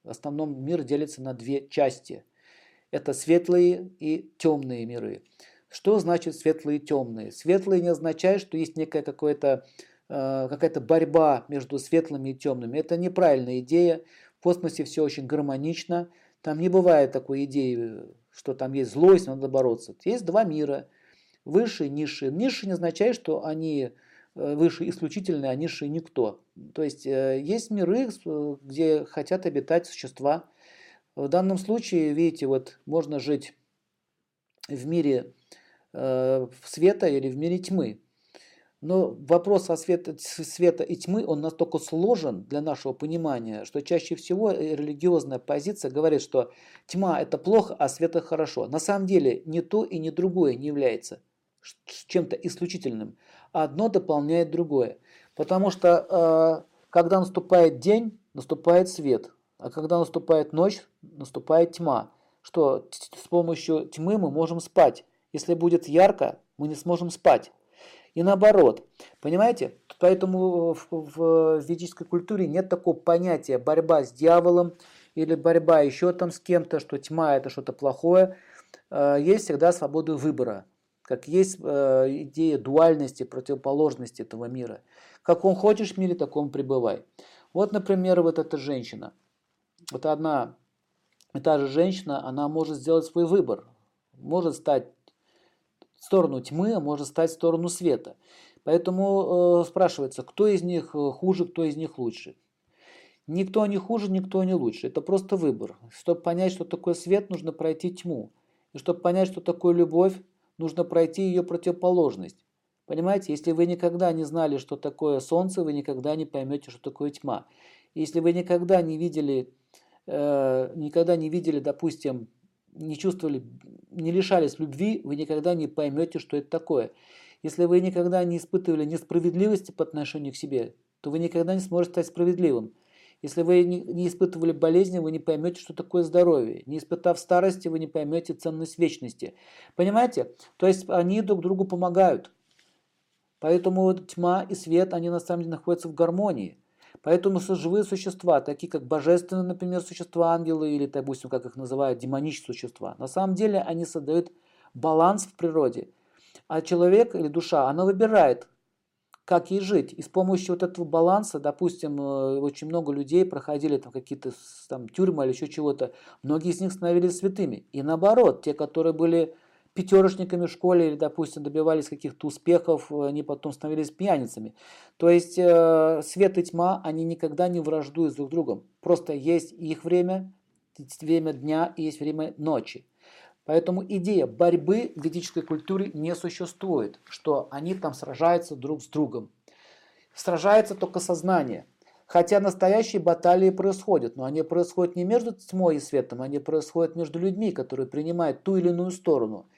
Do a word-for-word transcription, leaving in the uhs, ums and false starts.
В основном мир делится на две части. Это светлые и темные миры. Что значит светлые и темные? Светлые не означает, что есть некая какая-то э, какая-то борьба между светлыми и темными. Это неправильная идея. В космосе все очень гармонично. Там не бывает такой идеи, что там есть злость, надо бороться. Есть два мира. Высшие и низшие. Низшие не означает, что они э, высшие исключительные, а низшие никто. То есть э, есть миры, э, где хотят обитать существа. В данном случае, видите, вот можно жить в мире э, света или в мире тьмы. Но вопрос о света, света и тьмы, он настолько сложен для нашего понимания, что чаще всего религиозная позиция говорит, что тьма это плохо, а свет это хорошо. На самом деле ни то и ни другое не является чем-то исключительным. Одно дополняет другое. Потому что э, когда наступает день, наступает свет. А когда наступает ночь, наступает тьма. Что с помощью тьмы мы можем спать. Если будет ярко, мы не сможем спать. И наоборот. Понимаете? Поэтому в, в ведической культуре нет такого понятия борьба с дьяволом или борьба еще там с кем-то, что тьма это что-то плохое. Есть всегда свобода выбора. Как есть идея дуальности, противоположности этого мира. Как он хочешь в мире, таком пребывай. Вот, например, вот эта женщина. Вот одна и та же женщина, она может сделать свой выбор. Может стать в сторону тьмы, а может стать в сторону света. Поэтому э, спрашивается, кто из них хуже, кто из них лучше. Никто не хуже, никто не лучше. Это просто выбор. Чтобы понять, что такое свет, нужно пройти тьму. И чтобы понять, что такое любовь, нужно пройти ее противоположность. Понимаете, если вы никогда не знали, что такое солнце, вы никогда не поймете, что такое тьма. Если вы никогда не видели, э, никогда не видели, допустим, не чувствовали, не лишались любви, вы никогда не поймете, что это такое. Если вы никогда не испытывали несправедливости по отношению к себе, то вы никогда не сможете стать справедливым. Если вы не испытывали болезни, вы не поймете, что такое здоровье. Не испытав старости, вы не поймете ценность вечности. Понимаете? То есть они друг другу помогают. Поэтому тьма и свет, они на самом деле находятся в гармонии. Поэтому живые существа, такие как божественные, например, существа, ангелы, или, допустим, как их называют, демонические существа, на самом деле они создают баланс в природе. А человек или душа, она выбирает, как ей жить. И с помощью вот этого баланса, допустим, очень много людей проходили там какие-то там тюрьмы или еще чего-то. Многие из них становились святыми. И наоборот, те, которые были пятерочниками в школе или, допустим, добивались каких-то успехов, они потом становились пьяницами. То есть э, свет и тьма, они никогда не враждуют друг с другом. Просто есть их время, время дня и есть время ночи. Поэтому идея борьбы в ведической культуре не существует, что они там сражаются друг с другом. Сражается только сознание. Хотя настоящие баталии происходят, но они происходят не между тьмой и светом, они происходят между людьми, которые принимают ту или иную сторону.